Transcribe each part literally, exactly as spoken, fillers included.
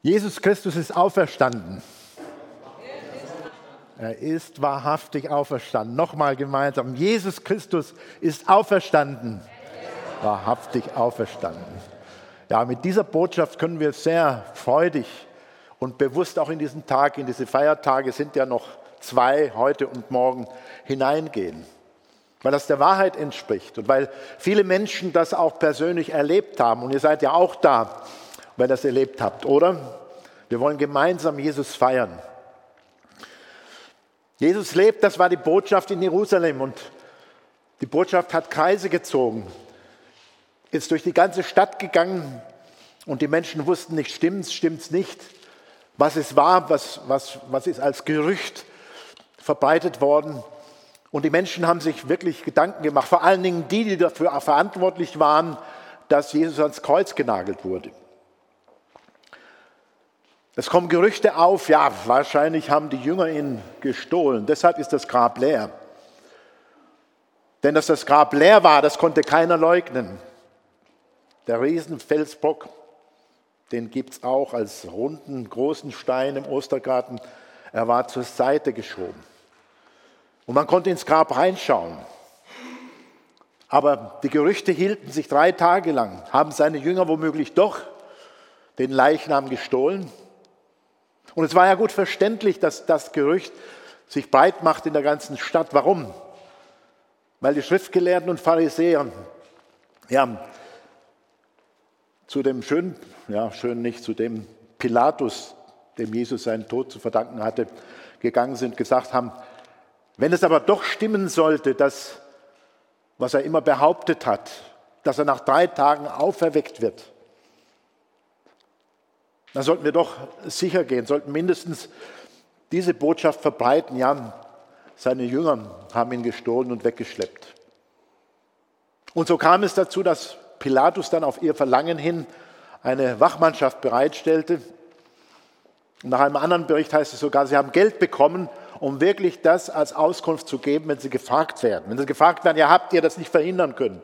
Jesus Christus ist auferstanden. Er ist wahrhaftig auferstanden. Nochmal gemeinsam. Jesus Christus ist auferstanden. Wahrhaftig auferstanden. Ja, mit dieser Botschaft können wir sehr freudig und bewusst auch in diesen Tag, in diese Feiertage, sind ja noch zwei, heute und morgen, hineingehen. Weil das der Wahrheit entspricht und weil viele Menschen das auch persönlich erlebt haben. Und ihr seid ja auch da, weil ihr das erlebt habt, oder? Wir wollen gemeinsam Jesus feiern. Jesus lebt, das war die Botschaft in Jerusalem und die Botschaft hat Kreise gezogen, ist durch die ganze Stadt gegangen und die Menschen wussten nicht, stimmt's, stimmt's nicht, was es war, was, was, was ist als Gerücht verbreitet worden. Und die Menschen haben sich wirklich Gedanken gemacht, vor allen Dingen die, die dafür verantwortlich waren, dass Jesus ans Kreuz genagelt wurde. Es kommen Gerüchte auf, ja, wahrscheinlich haben die Jünger ihn gestohlen, deshalb ist das Grab leer. Denn dass das Grab leer war, das konnte keiner leugnen. Der Riesenfelsblock, den gibt es auch als runden, großen Stein im Ostergarten, er war zur Seite geschoben. Und man konnte ins Grab reinschauen. Aber die Gerüchte hielten sich drei Tage lang. Haben seine Jünger womöglich doch den Leichnam gestohlen? Und es war ja gut verständlich, dass das Gerücht sich breit macht in der ganzen Stadt. Warum? Weil die Schriftgelehrten und Pharisäer ja, zu dem schönen, ja schön nicht, zu dem Pilatus, dem Jesus seinen Tod zu verdanken hatte, gegangen sind, gesagt haben, wenn es aber doch stimmen sollte, dass, was er immer behauptet hat, dass er nach drei Tagen auferweckt wird, dann sollten wir doch sicher gehen, sollten mindestens diese Botschaft verbreiten. Ja, seine Jünger haben ihn gestohlen und weggeschleppt. Und so kam es dazu, dass Pilatus dann auf ihr Verlangen hin eine Wachmannschaft bereitstellte. Und nach einem anderen Bericht heißt es sogar, sie haben Geld bekommen, um wirklich das als Auskunft zu geben, wenn sie gefragt werden. Wenn sie gefragt werden, ja, habt ihr das nicht verhindern können?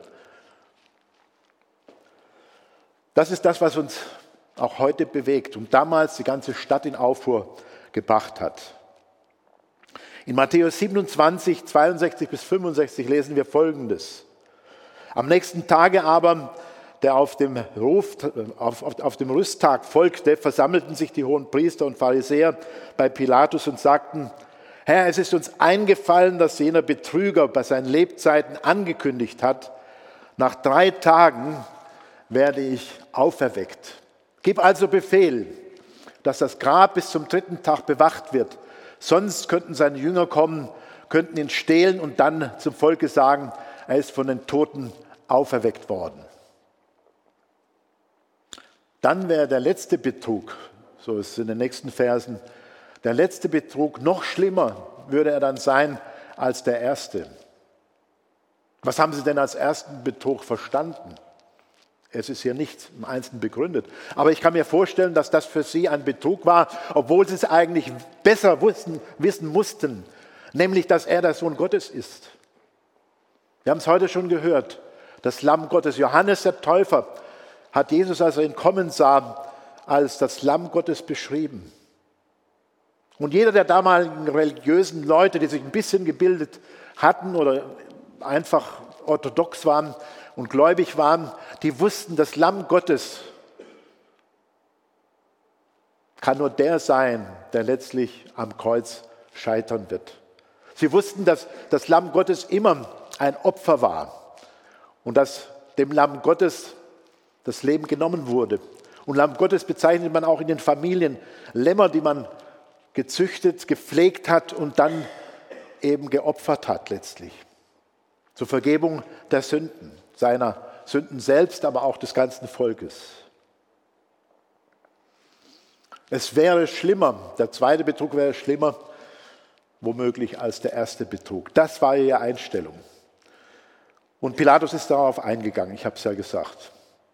Das ist das, was uns auch heute bewegt und damals die ganze Stadt in Aufruhr gebracht hat. In Matthäus siebenundzwanzig, zweiundsechzig bis fünfundsechzig lesen wir Folgendes. Am nächsten Tage aber, der auf dem, Ruf, auf, auf, auf dem Rüsttag folgte, versammelten sich die hohen Priester und Pharisäer bei Pilatus und sagten, Herr, es ist uns eingefallen, dass jener Betrüger bei seinen Lebzeiten angekündigt hat, nach drei Tagen werde ich auferweckt. Gib also Befehl, dass das Grab bis zum dritten Tag bewacht wird. Sonst könnten seine Jünger kommen, könnten ihn stehlen und dann zum Volke sagen, er ist von den Toten auferweckt worden. Dann wäre der letzte Betrug, so ist es in den nächsten Versen, der letzte Betrug noch schlimmer würde er dann sein als der erste. Was haben Sie denn als ersten Betrug verstanden? Es ist hier nicht im Einzelnen begründet. Aber ich kann mir vorstellen, dass das für sie ein Betrug war, obwohl sie es eigentlich besser wussten, wissen mussten, nämlich, dass er der Sohn Gottes ist. Wir haben es heute schon gehört, das Lamm Gottes. Johannes der Täufer hat Jesus, als er ihn kommen sah, als das Lamm Gottes beschrieben. Und jeder der damaligen religiösen Leute, die sich ein bisschen gebildet hatten oder einfach orthodox waren und gläubig waren, die wussten, das Lamm Gottes kann nur der sein, der letztlich am Kreuz scheitern wird. Sie wussten, dass das Lamm Gottes immer ein Opfer war und dass dem Lamm Gottes das Leben genommen wurde. Und Lamm Gottes bezeichnet man auch in den Familien Lämmer, die man gezüchtet, gepflegt hat und dann eben geopfert hat letztlich. Zur Vergebung der Sünden, seiner Sünden selbst, aber auch des ganzen Volkes. Es wäre schlimmer, der zweite Betrug wäre schlimmer, womöglich als der erste Betrug. Das war ihre Einstellung. Und Pilatus ist darauf eingegangen, ich habe es ja gesagt.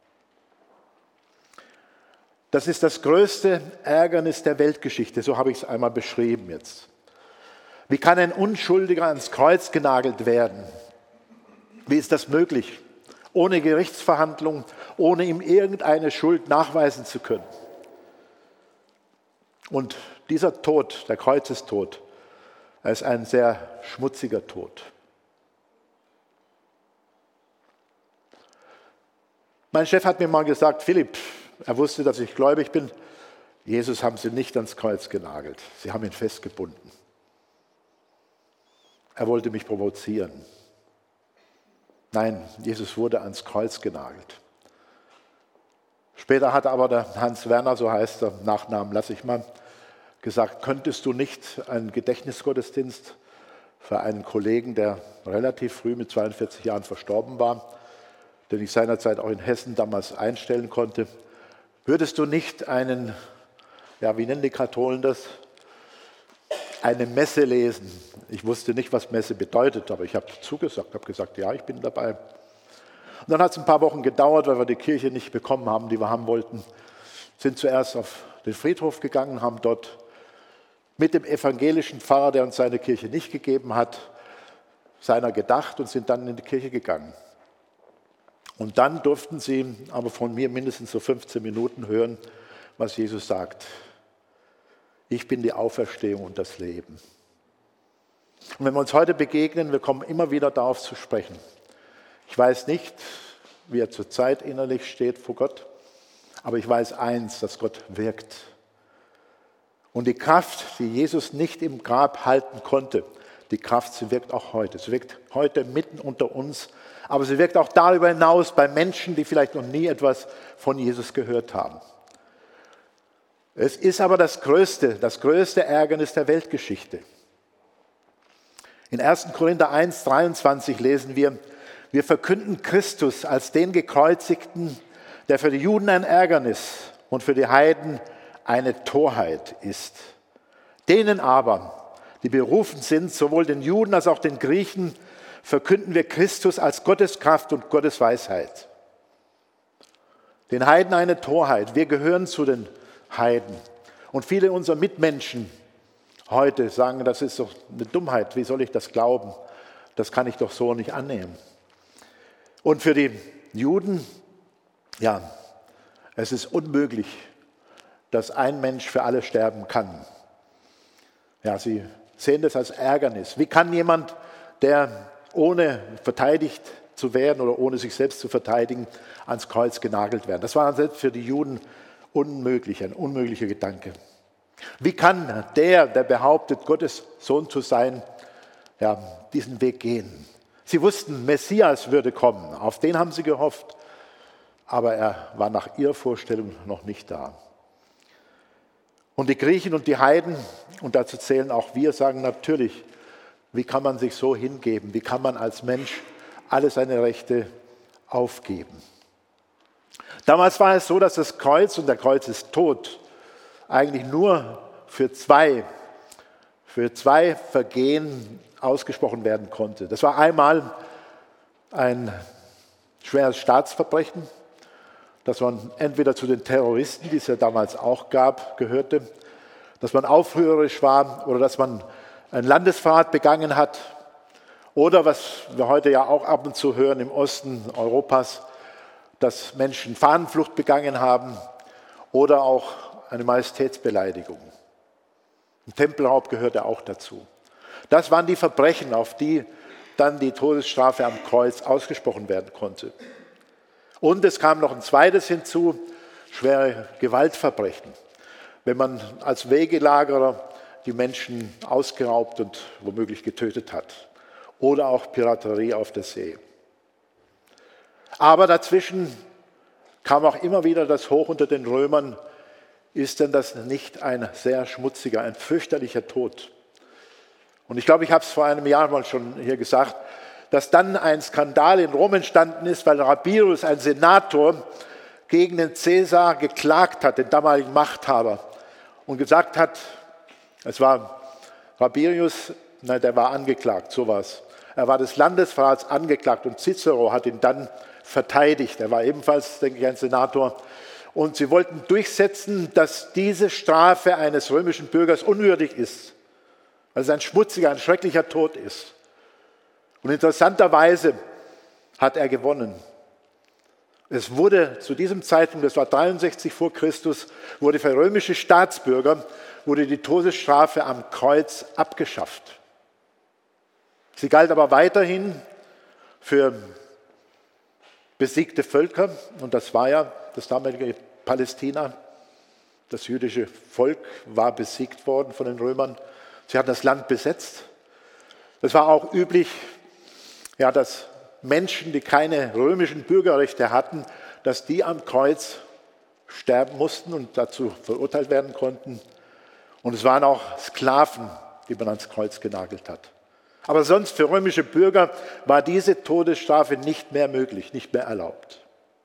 Das ist das größte Ärgernis der Weltgeschichte, so habe ich es einmal beschrieben jetzt. Wie kann ein Unschuldiger ans Kreuz genagelt werden? Wie ist das möglich? Ohne Gerichtsverhandlung, ohne ihm irgendeine Schuld nachweisen zu können. Und dieser Tod, der Kreuzestod, er ist ein sehr schmutziger Tod. Mein Chef hat mir mal gesagt, Philipp, er wusste, dass ich gläubig bin, Jesus haben sie nicht ans Kreuz genagelt, sie haben ihn festgebunden. Er wollte mich provozieren. Nein, Jesus wurde ans Kreuz genagelt. Später hat aber der Hans Werner, so heißt er, Nachnamen lasse ich mal, gesagt, könntest du nicht einen Gedächtnisgottesdienst für einen Kollegen, der relativ früh mit zweiundvierzig Jahren verstorben war, den ich seinerzeit auch in Hessen damals einstellen konnte, würdest du nicht einen, ja, wie nennen die Katholen das, eine Messe lesen? Ich wusste nicht, was Messe bedeutet, aber ich habe zugesagt, habe gesagt, ja, ich bin dabei. Und dann hat es ein paar Wochen gedauert, weil wir die Kirche nicht bekommen haben, die wir haben wollten. Sind zuerst auf den Friedhof gegangen, haben dort mit dem evangelischen Pfarrer, der uns seine Kirche nicht gegeben hat, seiner gedacht und sind dann in die Kirche gegangen. Und dann durften sie aber von mir mindestens so fünfzehn Minuten hören, was Jesus sagt. Ich bin die Auferstehung und das Leben. Und wenn wir uns heute begegnen, wir kommen immer wieder darauf zu sprechen. Ich weiß nicht, wie er zurzeit innerlich steht vor Gott, aber ich weiß eins, dass Gott wirkt. Und die Kraft, die Jesus nicht im Grab halten konnte, die Kraft, sie wirkt auch heute. Sie wirkt heute mitten unter uns, aber sie wirkt auch darüber hinaus bei Menschen, die vielleicht noch nie etwas von Jesus gehört haben. Es ist aber das größte, das größte Ärgernis der Weltgeschichte. In ersten Korinther eins, dreiundzwanzig lesen wir, wir verkünden Christus als den Gekreuzigten, der für die Juden ein Ärgernis und für die Heiden eine Torheit ist. Denen aber, die berufen sind, sowohl den Juden als auch den Griechen, verkünden wir Christus als Gottes Kraft und Gottes Weisheit. Den Heiden eine Torheit. Wir gehören zu den Heiden. Und viele unserer Mitmenschen heute sagen, das ist doch eine Dummheit. Wie soll ich das glauben? Das kann ich doch so nicht annehmen. Und für die Juden, ja, es ist unmöglich, dass ein Mensch für alle sterben kann. Ja, sie sehen das als Ärgernis. Wie kann jemand, der ohne verteidigt zu werden oder ohne sich selbst zu verteidigen, ans Kreuz genagelt werden? Das war selbst für die Juden unmöglich, ein unmöglicher Gedanke. Wie kann der, der behauptet, Gottes Sohn zu sein, ja, diesen Weg gehen? Sie wussten, Messias würde kommen, auf den haben sie gehofft, aber er war nach ihrer Vorstellung noch nicht da. Und die Griechen und die Heiden, und dazu zählen auch wir, sagen natürlich, wie kann man sich so hingeben? Wie kann man als Mensch alle seine Rechte aufgeben? Damals war es so, dass das Kreuz, und der Kreuzestod, eigentlich nur für zwei, für zwei Vergehen ausgesprochen werden konnte. Das war einmal ein schweres Staatsverbrechen, dass man entweder zu den Terroristen, die es ja damals auch gab, gehörte, dass man aufrührerisch war oder dass man einen Landesverrat begangen hat oder, was wir heute ja auch ab und zu hören im Osten Europas, dass Menschen Fahnenflucht begangen haben oder auch eine Majestätsbeleidigung. Ein Tempelraub gehörte auch dazu. Das waren die Verbrechen, auf die dann die Todesstrafe am Kreuz ausgesprochen werden konnte. Und es kam noch ein zweites hinzu, schwere Gewaltverbrechen. Wenn man als Wegelagerer die Menschen ausgeraubt und womöglich getötet hat. Oder auch Piraterie auf der See. Aber dazwischen kam auch immer wieder das Hoch unter den Römern. Ist denn das nicht ein sehr schmutziger, ein fürchterlicher Tod? Und ich glaube, ich habe es vor einem Jahr mal schon hier gesagt, dass dann ein Skandal in Rom entstanden ist, weil Rabirius, ein Senator, gegen den Cäsar geklagt hat, den damaligen Machthaber, und gesagt hat, es war Rabirius, nein, der war angeklagt, so war es. Er war des Landesverrats angeklagt und Cicero hat ihn dann verteidigt. Er war ebenfalls, denke ich, ein Senator. Und sie wollten durchsetzen, dass diese Strafe eines römischen Bürgers unwürdig ist, weil es ein schmutziger, ein schrecklicher Tod ist. Und interessanterweise hat er gewonnen. Es wurde zu diesem Zeitpunkt, das war dreiundsechzig vor Christus, wurde für römische Staatsbürger wurde die Todesstrafe am Kreuz abgeschafft. Sie galt aber weiterhin für besiegte Völker, und das war ja das damalige Palästina. Das jüdische Volk war besiegt worden von den Römern. Sie hatten das Land besetzt. Es war auch üblich, ja, dass Menschen, die keine römischen Bürgerrechte hatten, dass die am Kreuz sterben mussten und dazu verurteilt werden konnten. Und es waren auch Sklaven, die man ans Kreuz genagelt hat. Aber sonst für römische Bürger war diese Todesstrafe nicht mehr möglich, nicht mehr erlaubt.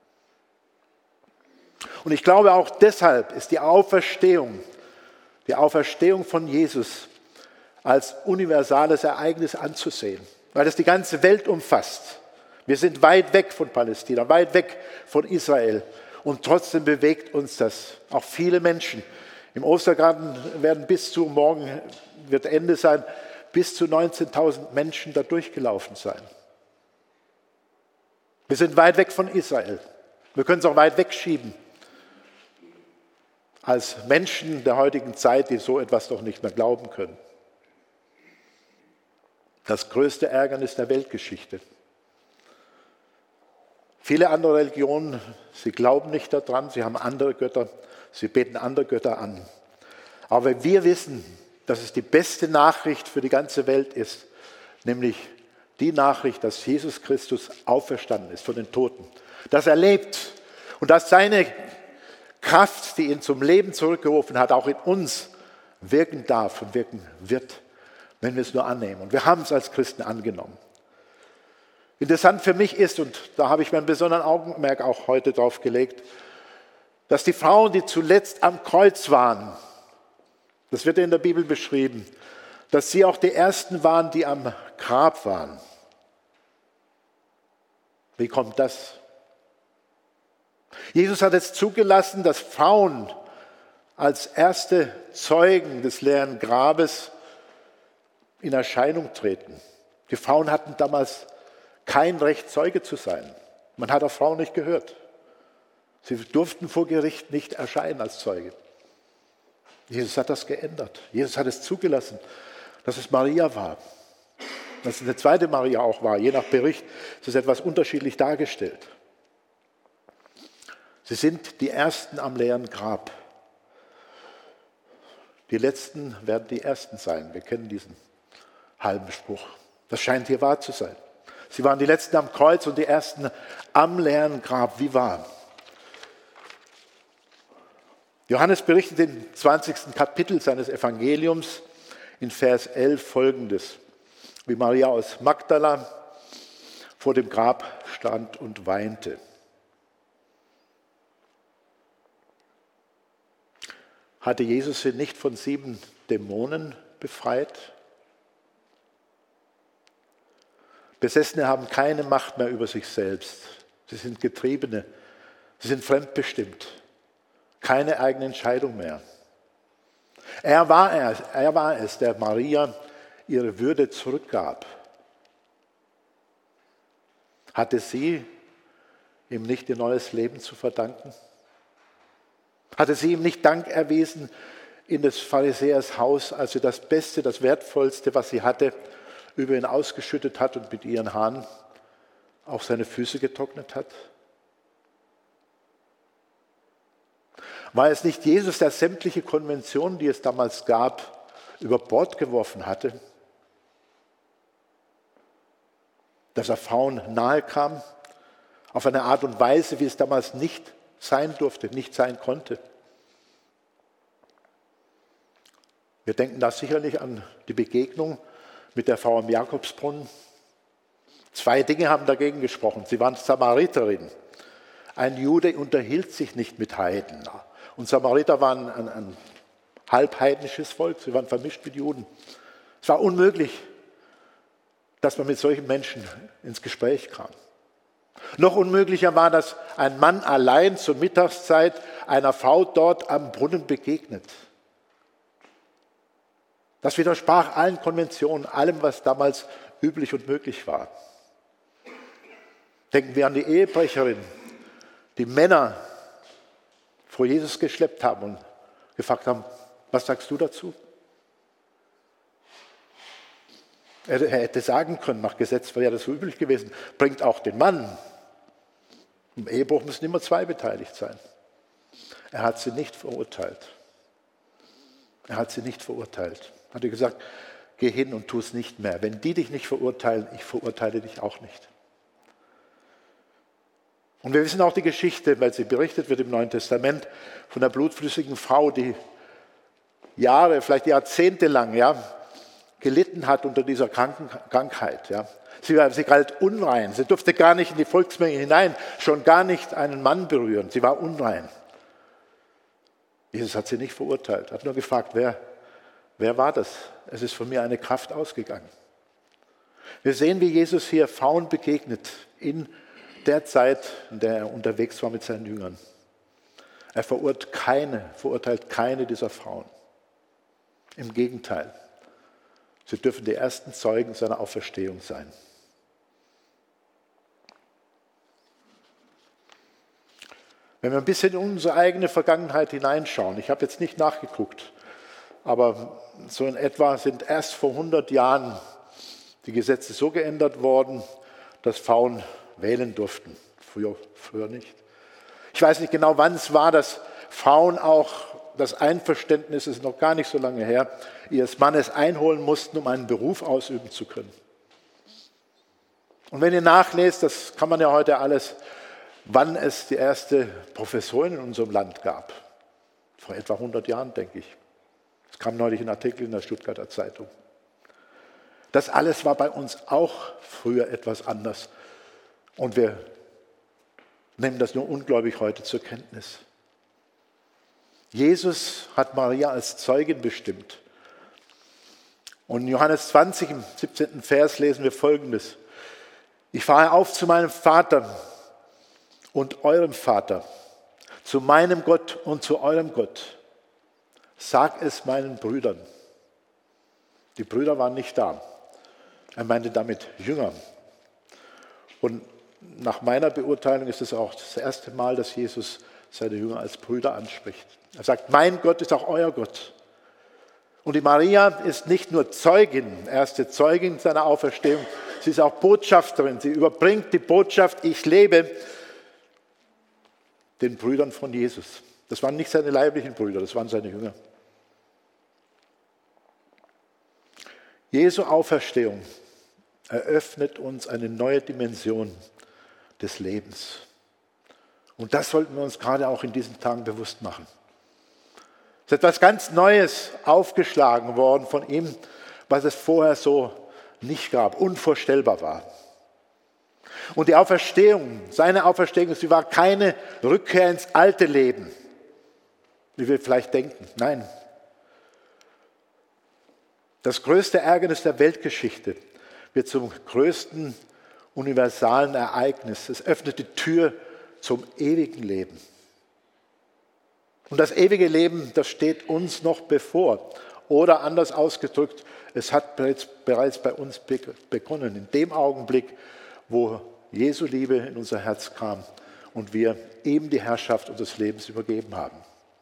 Und ich glaube, auch deshalb ist die Auferstehung, die Auferstehung von Jesus als universales Ereignis anzusehen, weil es die ganze Welt umfasst. Wir sind weit weg von Palästina, weit weg von Israel, und trotzdem bewegt uns das. Auch viele Menschen. Im Ostergarten werden bis zu, morgen wird Ende sein, bis zu neunzehntausend Menschen da durchgelaufen sein. Wir sind weit weg von Israel. Wir können es auch weit wegschieben. Als Menschen der heutigen Zeit, die so etwas doch nicht mehr glauben können. Das größte Ärgernis der Weltgeschichte. Viele andere Religionen, sie glauben nicht daran, sie haben andere Götter, sie beten andere Götter an. Aber wir wissen, dass es die beste Nachricht für die ganze Welt ist, nämlich die Nachricht, dass Jesus Christus auferstanden ist von den Toten, dass er lebt und dass seine Kraft, die ihn zum Leben zurückgerufen hat, auch in uns wirken darf und wirken wird, wenn wir es nur annehmen. Und wir haben es als Christen angenommen. Interessant für mich ist, und da habe ich meinen besonderen Augenmerk auch heute drauf gelegt, dass die Frauen, die zuletzt am Kreuz waren, das wird in der Bibel beschrieben, dass sie auch die Ersten waren, die am Grab waren. Wie kommt das? Jesus hat es zugelassen, dass Frauen als erste Zeugen des leeren Grabes in Erscheinung treten. Die Frauen hatten damals kein Recht, Zeuge zu sein. Man hat auf Frauen nicht gehört. Sie durften vor Gericht nicht erscheinen als Zeuge. Jesus hat das geändert. Jesus hat es zugelassen, dass es Maria war. Dass es eine zweite Maria auch war. Je nach Bericht ist es etwas unterschiedlich dargestellt. Sie sind die Ersten am leeren Grab. Die Letzten werden die Ersten sein. Wir kennen diesen halben Spruch. Das scheint hier wahr zu sein. Sie waren die Letzten am Kreuz und die Ersten am leeren Grab. Wie wahr? Johannes berichtet im zwanzigsten Kapitel seines Evangeliums in Vers elf Folgendes, wie Maria aus Magdala vor dem Grab stand und weinte. Hatte Jesus sie nicht von sieben Dämonen befreit? Besessene haben keine Macht mehr über sich selbst. Sie sind Getriebene. Sie sind fremdbestimmt. Keine eigene Entscheidung mehr. Er war, er, er war es, der Maria ihre Würde zurückgab. Hatte sie ihm nicht ihr neues Leben zu verdanken? Hatte sie ihm nicht Dank erwiesen in des Pharisäers Haus, als sie das Beste, das Wertvollste, was sie hatte, über ihn ausgeschüttet hat und mit ihren Haaren auch seine Füße getrocknet hat? War es nicht Jesus, der sämtliche Konventionen, die es damals gab, über Bord geworfen hatte? Dass er Frauen nahe kam, auf eine Art und Weise, wie es damals nicht sein durfte, nicht sein konnte. Wir denken da sicherlich an die Begegnung mit der Frau am Jakobsbrunnen. Zwei Dinge haben dagegen gesprochen. Sie waren Samariterin. Ein Jude unterhielt sich nicht mit Heiden. Und Samariter waren ein, ein halbheidnisches Volk. Sie waren vermischt mit Juden. Es war unmöglich, dass man mit solchen Menschen ins Gespräch kam. Noch unmöglicher war, dass ein Mann allein zur Mittagszeit einer Frau dort am Brunnen begegnet. Das widersprach allen Konventionen, allem, was damals üblich und möglich war. Denken wir an die Ehebrecherin, die Männer vor Jesus geschleppt haben und gefragt haben, was sagst du dazu? Er hätte sagen können, nach Gesetz wäre das so üblich gewesen, bringt auch den Mann. Im Ehebruch müssen immer zwei beteiligt sein. Er hat sie nicht verurteilt. Er hat sie nicht verurteilt. Er hat gesagt, geh hin und tu es nicht mehr. Wenn die dich nicht verurteilen, ich verurteile dich auch nicht. Und wir wissen auch die Geschichte, weil sie berichtet wird im Neuen Testament, von der blutflüssigen Frau, die Jahre, vielleicht Jahrzehnte lang, ja, gelitten hat unter dieser Kranken Krankheit. Ja. Sie, war, sie galt unrein. Sie durfte gar nicht in die Volksmenge hinein, schon gar nicht einen Mann berühren. Sie war unrein. Jesus hat sie nicht verurteilt, hat nur gefragt, wer, wer war das? Es ist von mir eine Kraft ausgegangen. Wir sehen, wie Jesus hier Frauen begegnet in der Zeit, in der er unterwegs war mit seinen Jüngern. Er verurteilt keine, verurteilt keine dieser Frauen. Im Gegenteil, sie dürfen die ersten Zeugen seiner Auferstehung sein. Wenn wir ein bisschen in unsere eigene Vergangenheit hineinschauen, ich habe jetzt nicht nachgeguckt, aber so in etwa sind erst vor hundert Jahren die Gesetze so geändert worden, dass Frauen wählen durften. Früher, früher nicht. Ich weiß nicht genau, wann es war, dass Frauen auch das Einverständnis, ist noch gar nicht so lange her, ihres Mannes einholen mussten, um einen Beruf ausüben zu können. Und wenn ihr nachlest, das kann man ja heute alles, wann es die erste Professorin in unserem Land gab. Vor etwa hundert Jahren, denke ich. Es kam neulich ein Artikel in der Stuttgarter Zeitung. Das alles war bei uns auch früher etwas anders. Und wir nehmen das nur ungläubig heute zur Kenntnis. Jesus hat Maria als Zeugin bestimmt. Und in Johannes zwanzig, im siebzehnten Vers, lesen wir Folgendes. Ich fahre auf zu meinem Vater und eurem Vater, zu meinem Gott und zu eurem Gott. Sag es meinen Brüdern. Die Brüder waren nicht da. Er meinte damit Jünger. Und nach meiner Beurteilung ist es auch das erste Mal, dass Jesus seine Jünger als Brüder anspricht. Er sagt, mein Gott ist auch euer Gott. Und die Maria ist nicht nur Zeugin, erste Zeugin seiner Auferstehung, sie ist auch Botschafterin. Sie überbringt die Botschaft, ich lebe, den Brüdern von Jesus. Das waren nicht seine leiblichen Brüder, das waren seine Jünger. Jesu Auferstehung eröffnet uns eine neue Dimension des Lebens. Und das sollten wir uns gerade auch in diesen Tagen bewusst machen. Es ist etwas ganz Neues aufgeschlagen worden von ihm, was es vorher so nicht gab, unvorstellbar war. Und die Auferstehung, seine Auferstehung, sie war keine Rückkehr ins alte Leben, wie wir vielleicht denken. Nein. Das größte Ärgernis der Weltgeschichte wird zum größten universalen Ereignis. Es öffnet die Tür zum ewigen Leben. Und das ewige Leben, das steht uns noch bevor. Oder anders ausgedrückt, es hat bereits, bereits bei uns begonnen. In dem Augenblick, wo Jesu Liebe in unser Herz kam und wir ihm die Herrschaft unseres Lebens übergeben haben.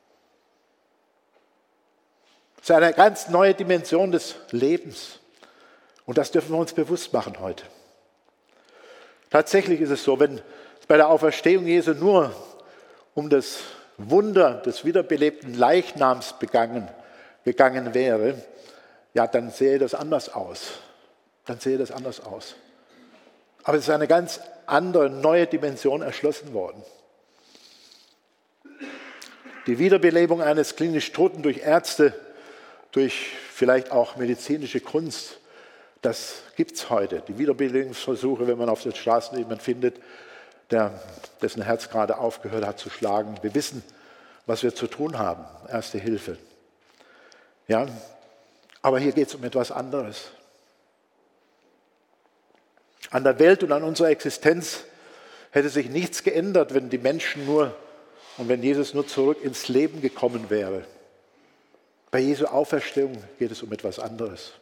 Es ist eine ganz neue Dimension des Lebens. Und das dürfen wir uns bewusst machen heute. Tatsächlich ist es so, wenn es bei der Auferstehung Jesu nur um das Wunder des wiederbelebten Leichnams begangen, gegangen wäre, ja, dann sähe das anders aus. Dann sähe das anders aus. Aber es ist eine ganz andere, neue Dimension erschlossen worden. Die Wiederbelebung eines klinisch Toten durch Ärzte, durch vielleicht auch medizinische Kunst, das gibt es heute. Die Wiederbelebungsversuche, wenn man auf den Straßen jemanden findet, der, dessen Herz gerade aufgehört hat zu schlagen. Wir wissen, was wir zu tun haben. Erste Hilfe. Ja, aber hier geht es um etwas anderes. An der Welt und an unserer Existenz hätte sich nichts geändert, wenn die Menschen nur und wenn Jesus nur zurück ins Leben gekommen wäre. Bei Jesu Auferstehung geht es um etwas anderes.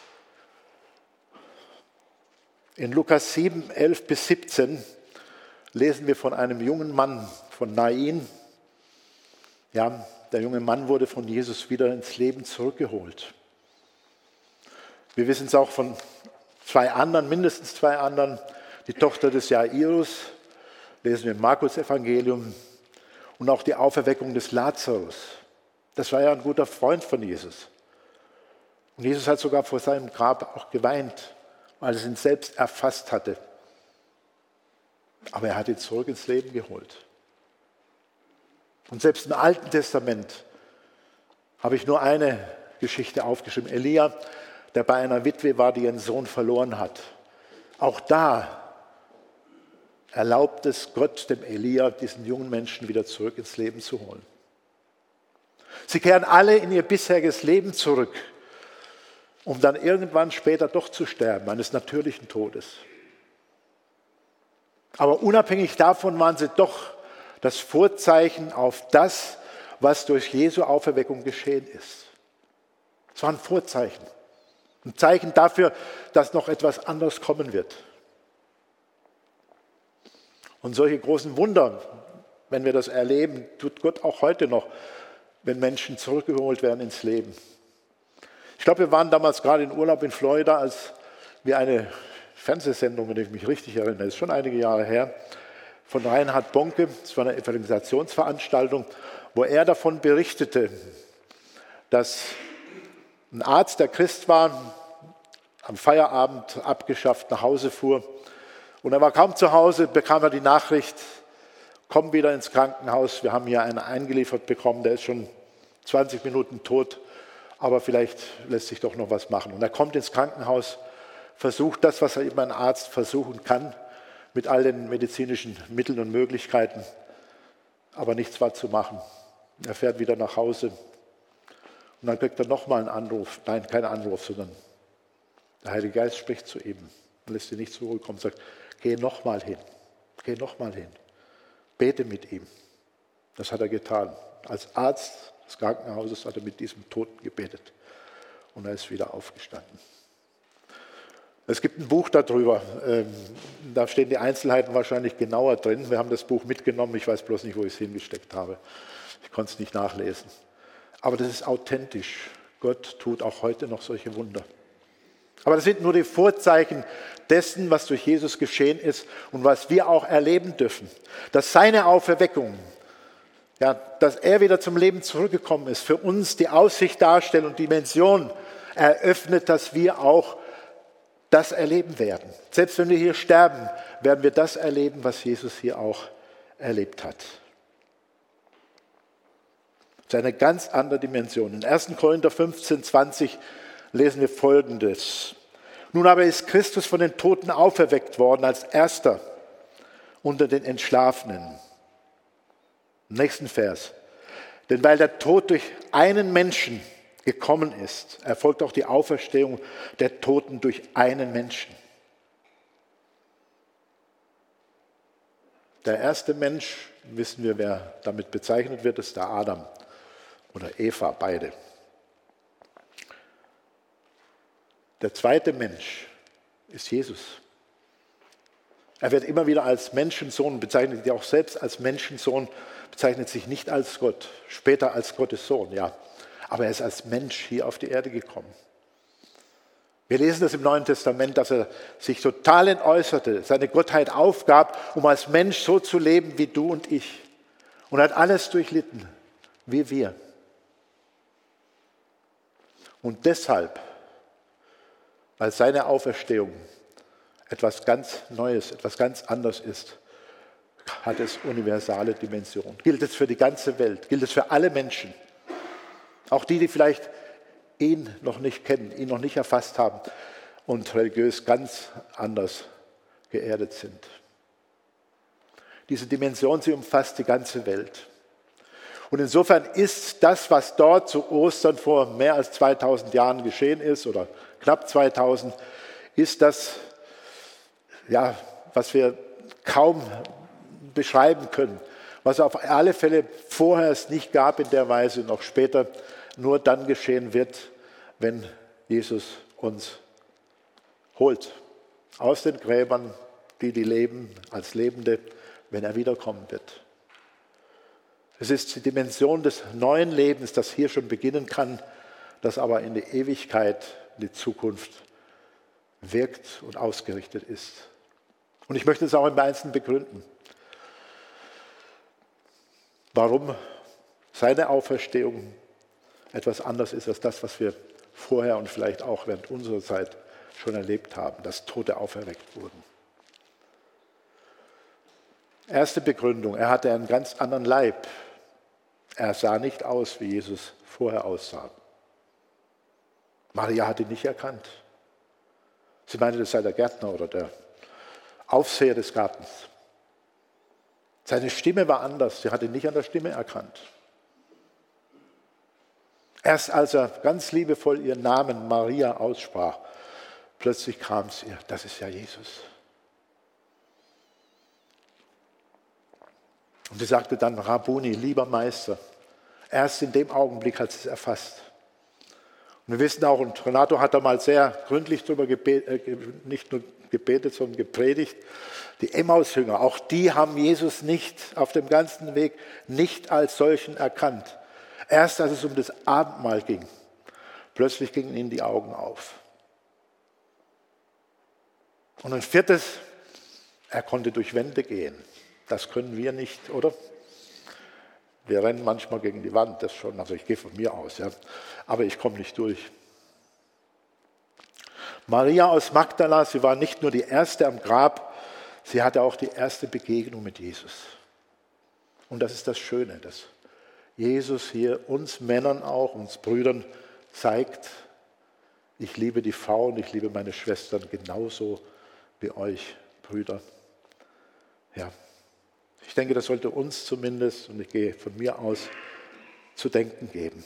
In Lukas sieben, elf bis siebzehn lesen wir von einem jungen Mann, von Nain. Ja, der junge Mann wurde von Jesus wieder ins Leben zurückgeholt. Wir wissen es auch von zwei anderen, mindestens zwei anderen. Die Tochter des Jairus, lesen wir im Markus-Evangelium. Und auch die Auferweckung des Lazarus. Das war ja ein guter Freund von Jesus. Und Jesus hat sogar vor seinem Grab auch geweint, weil es ihn selbst erfasst hatte. Aber er hat ihn zurück ins Leben geholt. Und selbst im Alten Testament habe ich nur eine Geschichte aufgeschrieben. Elia, der bei einer Witwe war, die ihren Sohn verloren hat. Auch da erlaubt es Gott dem Elia, diesen jungen Menschen wieder zurück ins Leben zu holen. Sie kehren alle in ihr bisheriges Leben zurück, um dann irgendwann später doch zu sterben, eines natürlichen Todes. Aber unabhängig davon waren sie doch das Vorzeichen auf das, was durch Jesu Auferweckung geschehen ist. Es war ein Vorzeichen, ein Zeichen dafür, dass noch etwas anderes kommen wird. Und solche großen Wunder, wenn wir das erleben, tut Gott auch heute noch, wenn Menschen zurückgeholt werden ins Leben. Ich glaube, wir waren damals gerade in Urlaub in Florida, als wir eine Fernsehsendung, wenn ich mich richtig erinnere, das ist schon einige Jahre her, von Reinhard Bonke, das war eine Evangelisationsveranstaltung, wo er davon berichtete, dass ein Arzt, der Christ war, am Feierabend abgeschafft nach Hause fuhr. Und er war kaum zu Hause, bekam er die Nachricht, komm wieder ins Krankenhaus, wir haben hier einen eingeliefert bekommen, der ist schon zwanzig Minuten tot, aber vielleicht lässt sich doch noch was machen. Und er kommt ins Krankenhaus, versucht das, was er eben ein Arzt versuchen kann, mit all den medizinischen Mitteln und Möglichkeiten, aber nichts war zu machen. Er fährt wieder nach Hause und dann kriegt er nochmal einen Anruf, nein, kein Anruf, sondern der Heilige Geist spricht zu ihm und lässt ihn nicht zurückkommen und sagt, geh nochmal hin, geh nochmal hin, bete mit ihm. Das hat er getan. Als Arzt des Krankenhauses hat er mit diesem Toten gebetet und er ist wieder aufgestanden. Es gibt ein Buch darüber, da stehen die Einzelheiten wahrscheinlich genauer drin. Wir haben das Buch mitgenommen, ich weiß bloß nicht, wo ich es hingesteckt habe. Ich konnte es nicht nachlesen. Aber das ist authentisch. Gott tut auch heute noch solche Wunder. Aber das sind nur die Vorzeichen dessen, was durch Jesus geschehen ist und was wir auch erleben dürfen. Dass seine Auferweckung, ja, dass er wieder zum Leben zurückgekommen ist, für uns die Aussicht darstellt und Dimension eröffnet, dass wir auch das erleben werden. Selbst wenn wir hier sterben, werden wir das erleben, was Jesus hier auch erlebt hat. Das ist eine ganz andere Dimension. In ersten Korinther fünfzehn, zwanzig lesen wir Folgendes. Nun aber ist Christus von den Toten auferweckt worden als Erster unter den Entschlafenen. Im nächsten Vers. Denn weil der Tod durch einen Menschen gekommen ist, erfolgt auch die Auferstehung der Toten durch einen Menschen. Der erste Mensch, wissen wir, wer damit bezeichnet wird, ist der Adam oder Eva, beide. Der zweite Mensch ist Jesus. Er wird immer wieder als Menschensohn bezeichnet, ja auch selbst als Menschensohn, bezeichnet sich nicht als Gott, später als Gottes Sohn, ja. Aber er ist als Mensch hier auf die Erde gekommen. Wir lesen das im Neuen Testament, dass er sich total entäußerte, seine Gottheit aufgab, um als Mensch so zu leben wie du und ich. Und hat alles durchlitten, wie wir. Und deshalb, weil seine Auferstehung etwas ganz Neues, etwas ganz anderes ist, hat es universale Dimension. Gilt es für die ganze Welt, gilt es für alle Menschen. Auch die, die vielleicht ihn noch nicht kennen, ihn noch nicht erfasst haben und religiös ganz anders geerdet sind. Diese Dimension, sie umfasst die ganze Welt. Und insofern ist das, was dort zu Ostern vor mehr als zweitausend Jahren geschehen ist, oder knapp zweitausend, ist das, ja, was wir kaum beschreiben können, was auf alle Fälle vorher es nicht gab in der Weise und auch später nur dann geschehen wird, wenn Jesus uns holt. Aus den Gräbern, die, die leben, als Lebende wenn er wiederkommen wird. Es ist die Dimension des neuen Lebens, das hier schon beginnen kann, das aber in die Ewigkeit, in die Zukunft wirkt und ausgerichtet ist. Und ich möchte es auch im Einzelnen begründen, warum seine Auferstehung etwas anders ist als das, was wir vorher und vielleicht auch während unserer Zeit schon erlebt haben, dass Tote auferweckt wurden. Erste Begründung, er hatte einen ganz anderen Leib. Er sah nicht aus, wie Jesus vorher aussah. Maria hat ihn nicht erkannt. Sie meinte, das sei der Gärtner oder der Aufseher des Gartens. Seine Stimme war anders, sie hat ihn nicht an der Stimme erkannt. Erst als er ganz liebevoll ihren Namen Maria aussprach, plötzlich kam es ihr, das ist ja Jesus. Und sie sagte dann, Rabbuni, lieber Meister. Erst in dem Augenblick hat sie es erfasst. Und wir wissen auch, und Renato hat da mal sehr gründlich darüber gebetet, äh, nicht nur gebetet, sondern gepredigt, die Emmaus-Jünger, auch die haben Jesus nicht auf dem ganzen Weg nicht als solchen erkannt. Erst als es um das Abendmahl ging, plötzlich gingen ihnen die Augen auf. Und ein viertes, er konnte durch Wände gehen. Das können wir nicht, oder? Wir rennen manchmal gegen die Wand, das schon, also ich gehe von mir aus, ja. Aber ich komme nicht durch. Maria aus Magdala, sie war nicht nur die erste am Grab, sie hatte auch die erste Begegnung mit Jesus. Und das ist das Schöne, dass Jesus hier uns Männern auch, uns Brüdern zeigt, ich liebe die Frauen, ich liebe meine Schwestern genauso wie euch, Brüder. Ja. Ich denke, das sollte uns zumindest, und ich gehe von mir aus, zu denken geben.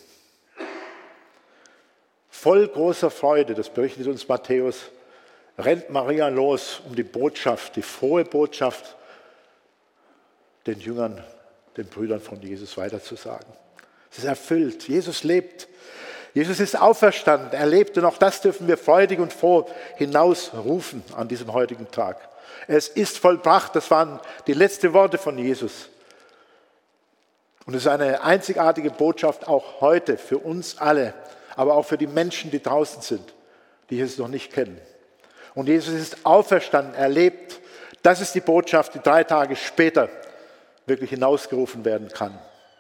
Voll großer Freude, das berichtet uns Matthäus, rennt Maria los, um die Botschaft, die frohe Botschaft den Jüngern, den Brüdern von Jesus weiterzusagen. Es ist erfüllt, Jesus lebt, Jesus ist auferstanden, er lebt und auch das dürfen wir freudig und froh hinausrufen an diesem heutigen Tag. Es ist vollbracht, das waren die letzten Worte von Jesus. Und es ist eine einzigartige Botschaft auch heute für uns alle, aber auch für die Menschen, die draußen sind, die Jesus noch nicht kennen. Und Jesus ist auferstanden, er lebt. Das ist die Botschaft, die drei Tage später wirklich hinausgerufen werden kann.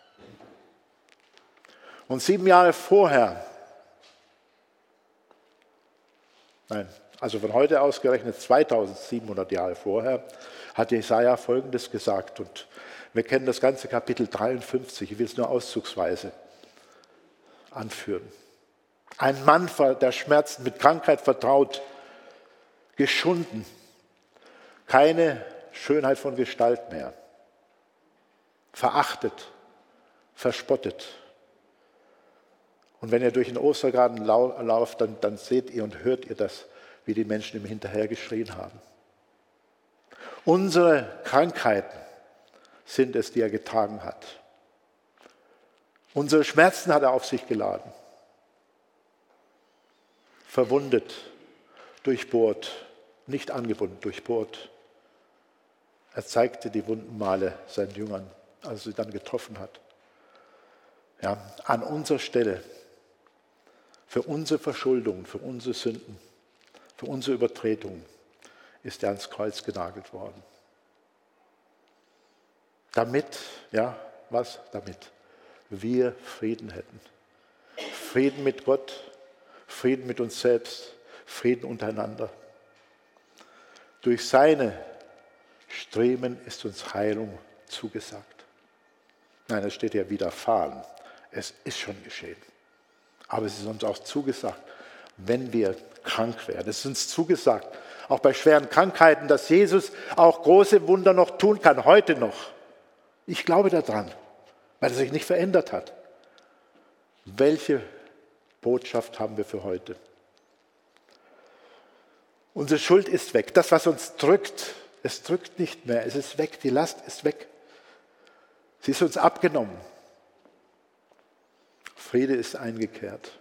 Und sieben Jahre vorher, nein, also von heute ausgerechnet zweitausendsiebenhundert Jahre vorher, hat Jesaja Folgendes gesagt. Und wir kennen das ganze Kapitel dreiundfünfzig, ich will es nur auszugsweise anführen. Ein Mann, der Schmerzen mit Krankheit vertraut, geschunden, keine Schönheit von Gestalt mehr, verachtet, verspottet. Und wenn ihr durch den Ostergarten lauft, dann, dann seht ihr und hört ihr das, wie die Menschen ihm hinterher geschrien haben. Unsere Krankheiten sind es, die er getragen hat. Unsere Schmerzen hat er auf sich geladen. Verwundet, durchbohrt, nicht angebunden, durchbohrt. Er zeigte die Wundenmale seinen Jüngern, als er sie dann getroffen hat. Ja, an unserer Stelle, für unsere Verschuldungen, für unsere Sünden, für unsere Übertretungen ist er ans Kreuz genagelt worden. Damit, ja, was? Damit wir Frieden hätten. Frieden mit Gott, Frieden mit uns selbst, Frieden untereinander. Durch seine Striemen ist uns Heilung zugesagt. Nein, es steht ja widerfahren. Es ist schon geschehen. Aber es ist uns auch zugesagt, wenn wir krank werden. Es ist uns zugesagt, auch bei schweren Krankheiten, dass Jesus auch große Wunder noch tun kann, heute noch. Ich glaube daran, weil er sich nicht verändert hat. Welche Botschaft haben wir für heute? Unsere Schuld ist weg. Das, was uns drückt, es drückt nicht mehr. Es ist weg. Die Last ist weg. Sie ist uns abgenommen. Friede ist eingekehrt.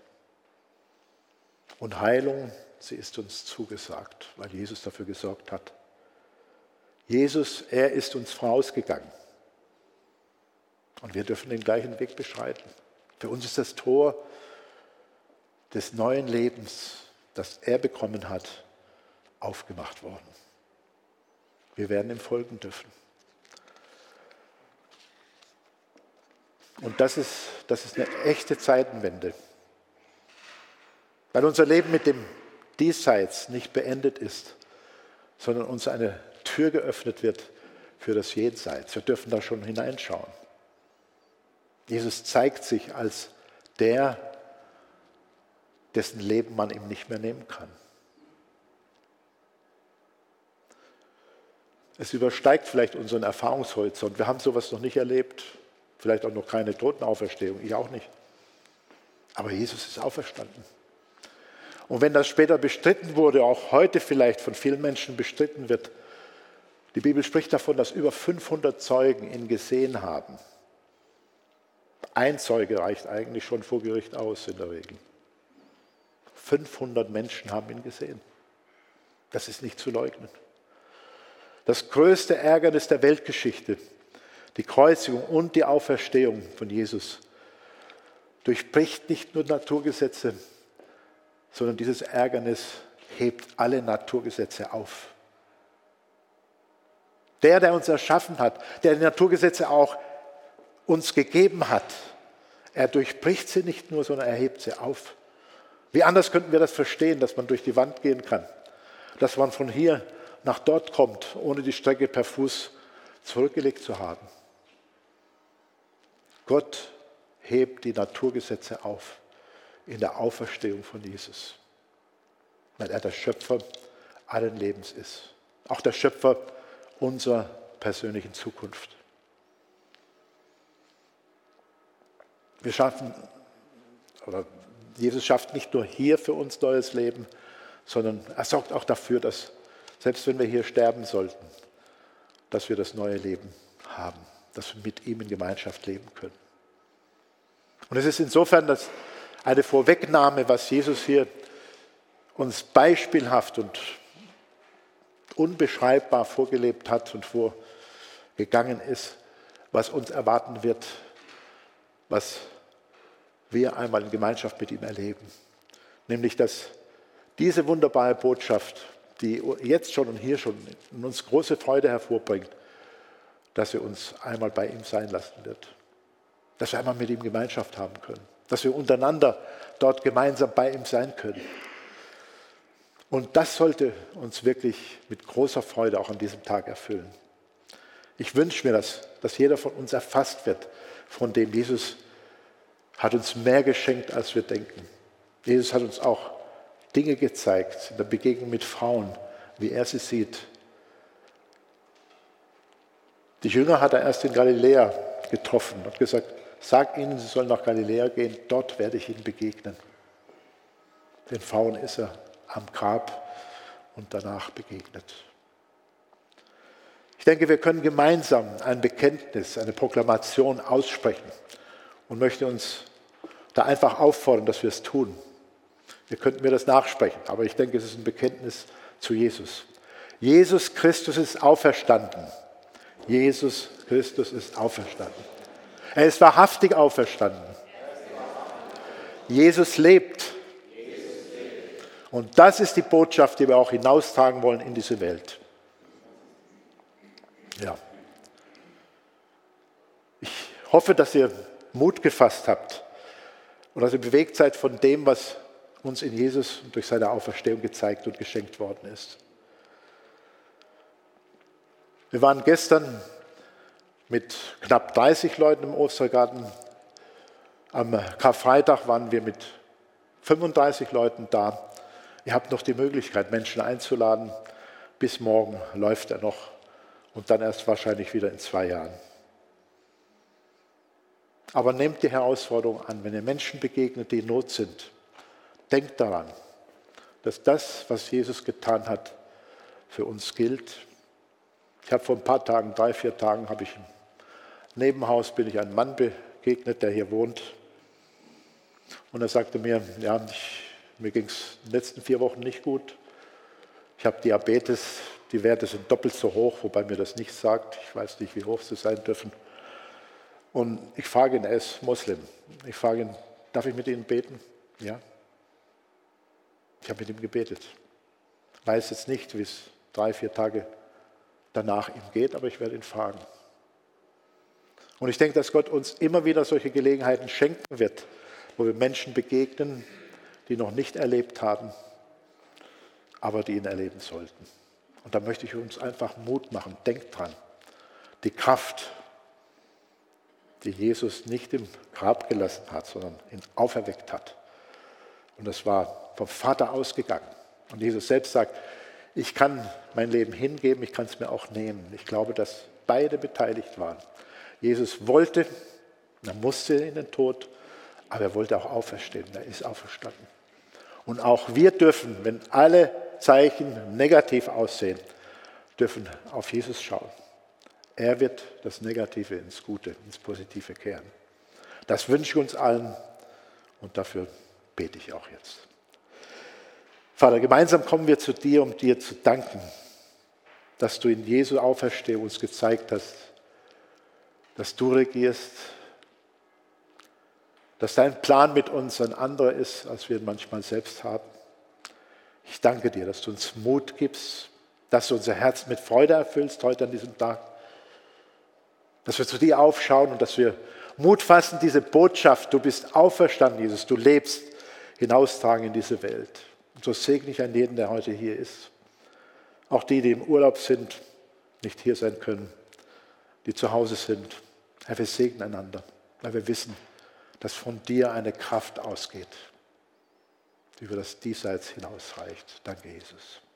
Und Heilung, sie ist uns zugesagt, weil Jesus dafür gesorgt hat. Jesus, er ist uns vorausgegangen. Und wir dürfen den gleichen Weg beschreiten. Für uns ist das Tor des neuen Lebens, das er bekommen hat, aufgemacht worden. Wir werden ihm folgen dürfen. Und das ist, das ist eine echte Zeitenwende. Weil unser Leben mit dem Diesseits nicht beendet ist, sondern uns eine Tür geöffnet wird für das Jenseits. Wir dürfen da schon hineinschauen. Jesus zeigt sich als der, dessen Leben man ihm nicht mehr nehmen kann. Es übersteigt vielleicht unseren Erfahrungshorizont. Wir haben sowas noch nicht erlebt. Vielleicht auch noch keine Totenauferstehung, ich auch nicht. Aber Jesus ist auferstanden. Und wenn das später bestritten wurde, auch heute vielleicht von vielen Menschen bestritten wird, die Bibel spricht davon, dass über fünfhundert Zeugen ihn gesehen haben. Ein Zeuge reicht eigentlich schon vor Gericht aus in der Regel. fünfhundert Menschen haben ihn gesehen. Das ist nicht zu leugnen. Das größte Ärgernis der Weltgeschichte, die Kreuzigung und die Auferstehung von Jesus, durchbricht nicht nur Naturgesetze, sondern dieses Ärgernis hebt alle Naturgesetze auf. Der, der uns erschaffen hat, der die Naturgesetze auch uns gegeben hat, er durchbricht sie nicht nur, sondern er hebt sie auf. Wie anders könnten wir das verstehen, dass man durch die Wand gehen kann, dass man von hier nach dort kommt, ohne die Strecke per Fuß zurückgelegt zu haben. Gott hebt die Naturgesetze auf in der Auferstehung von Jesus, weil er der Schöpfer allen Lebens ist, auch der Schöpfer unserer persönlichen Zukunft. Wir schaffen, oder Jesus schafft nicht nur hier für uns neues Leben, sondern er sorgt auch dafür, dass selbst wenn wir hier sterben sollten, dass wir das neue Leben haben, dass wir mit ihm in Gemeinschaft leben können. Und es ist insofern das eine Vorwegnahme, was Jesus hier uns beispielhaft und unbeschreibbar vorgelebt hat und vorgegangen ist, was uns erwarten wird, was wir einmal in Gemeinschaft mit ihm erleben. Nämlich, dass diese wunderbare Botschaft, die jetzt schon und hier schon in uns große Freude hervorbringt, dass wir uns einmal bei ihm sein lassen wird. Dass wir einmal mit ihm Gemeinschaft haben können. Dass wir untereinander dort gemeinsam bei ihm sein können. Und das sollte uns wirklich mit großer Freude auch an diesem Tag erfüllen. Ich wünsche mir, dass, dass jeder von uns erfasst wird, von dem Jesus hat uns mehr geschenkt, als wir denken. Jesus hat uns auch Dinge gezeigt in der Begegnung mit Frauen, wie er sie sieht. Die Jünger hat er erst in Galiläa getroffen und gesagt, sag ihnen, sie sollen nach Galiläa gehen, dort werde ich ihnen begegnen. Den Frauen ist er am Grab und danach begegnet. Ich denke, wir können gemeinsam ein Bekenntnis, eine Proklamation aussprechen und möchte uns da einfach auffordern, dass wir es tun. Ihr könnt mir das nachsprechen, aber ich denke, es ist ein Bekenntnis zu Jesus. Jesus Christus ist auferstanden. Jesus Christus ist auferstanden. Er ist wahrhaftig auferstanden. Jesus lebt. Und das ist die Botschaft, die wir auch hinaustragen wollen in diese Welt. Ja. Ich hoffe, dass ihr Mut gefasst habt und dass ihr bewegt seid von dem, was uns in Jesus und durch seine Auferstehung gezeigt und geschenkt worden ist. Wir waren gestern mit knapp dreißig Leuten im Ostergarten. Am Karfreitag waren wir mit fünfunddreißig Leuten da. Ihr habt noch die Möglichkeit, Menschen einzuladen. Bis morgen läuft er noch und dann erst wahrscheinlich wieder in zwei Jahren. Aber nehmt die Herausforderung an, wenn ihr Menschen begegnet, die in Not sind. Denkt daran, dass das, was Jesus getan hat, für uns gilt. Ich habe vor ein paar Tagen, drei, vier Tagen, habe ich im Nebenhaus bin ich einem Mann begegnet, der hier wohnt. Und er sagte mir, ja, ich, mir ging es in den letzten vier Wochen nicht gut. Ich habe Diabetes, Die Werte sind doppelt so hoch, wobei mir das nichts sagt. Ich weiß nicht, wie hoch sie sein dürfen. Und ich frage ihn, er ist Moslem. Ich frage ihn, darf ich mit Ihnen beten? Ja. Ich habe mit ihm gebetet. Weiß jetzt nicht, wie es drei, vier Tage danach ihm geht, aber ich werde ihn fragen. Und ich denke, dass Gott uns immer wieder solche Gelegenheiten schenken wird, wo wir Menschen begegnen, die noch nicht erlebt haben, aber die ihn erleben sollten. Und da möchte ich uns einfach Mut machen. Denkt dran, die Kraft, die Jesus nicht im Grab gelassen hat, sondern ihn auferweckt hat. Und das war vom Vater ausgegangen. Und Jesus selbst sagt, ich kann mein Leben hingeben, ich kann es mir auch nehmen. Ich glaube, dass beide beteiligt waren. Jesus wollte, er musste in den Tod, aber er wollte auch auferstehen. Er ist auferstanden. Und auch wir dürfen, wenn alle Zeichen negativ aussehen, dürfen auf Jesus schauen. Er wird das Negative ins Gute, ins Positive kehren. Das wünsche ich uns allen und dafür bete ich auch jetzt. Vater, gemeinsam kommen wir zu dir, um dir zu danken, dass du in Jesu Auferstehung uns gezeigt hast, dass du regierst, dass dein Plan mit uns ein anderer ist, als wir ihn manchmal selbst haben. Ich danke dir, dass du uns Mut gibst, dass du unser Herz mit Freude erfüllst heute an diesem Tag, dass wir zu dir aufschauen und dass wir Mut fassen, diese Botschaft, du bist auferstanden, Jesus, du lebst, hinaustragen in diese Welt. Und so segne ich an jeden, der heute hier ist. Auch die, die im Urlaub sind, nicht hier sein können, die zu Hause sind. Herr, wir segnen einander, weil wir wissen, dass von dir eine Kraft ausgeht, die über das Diesseits hinausreicht. Danke, Jesus.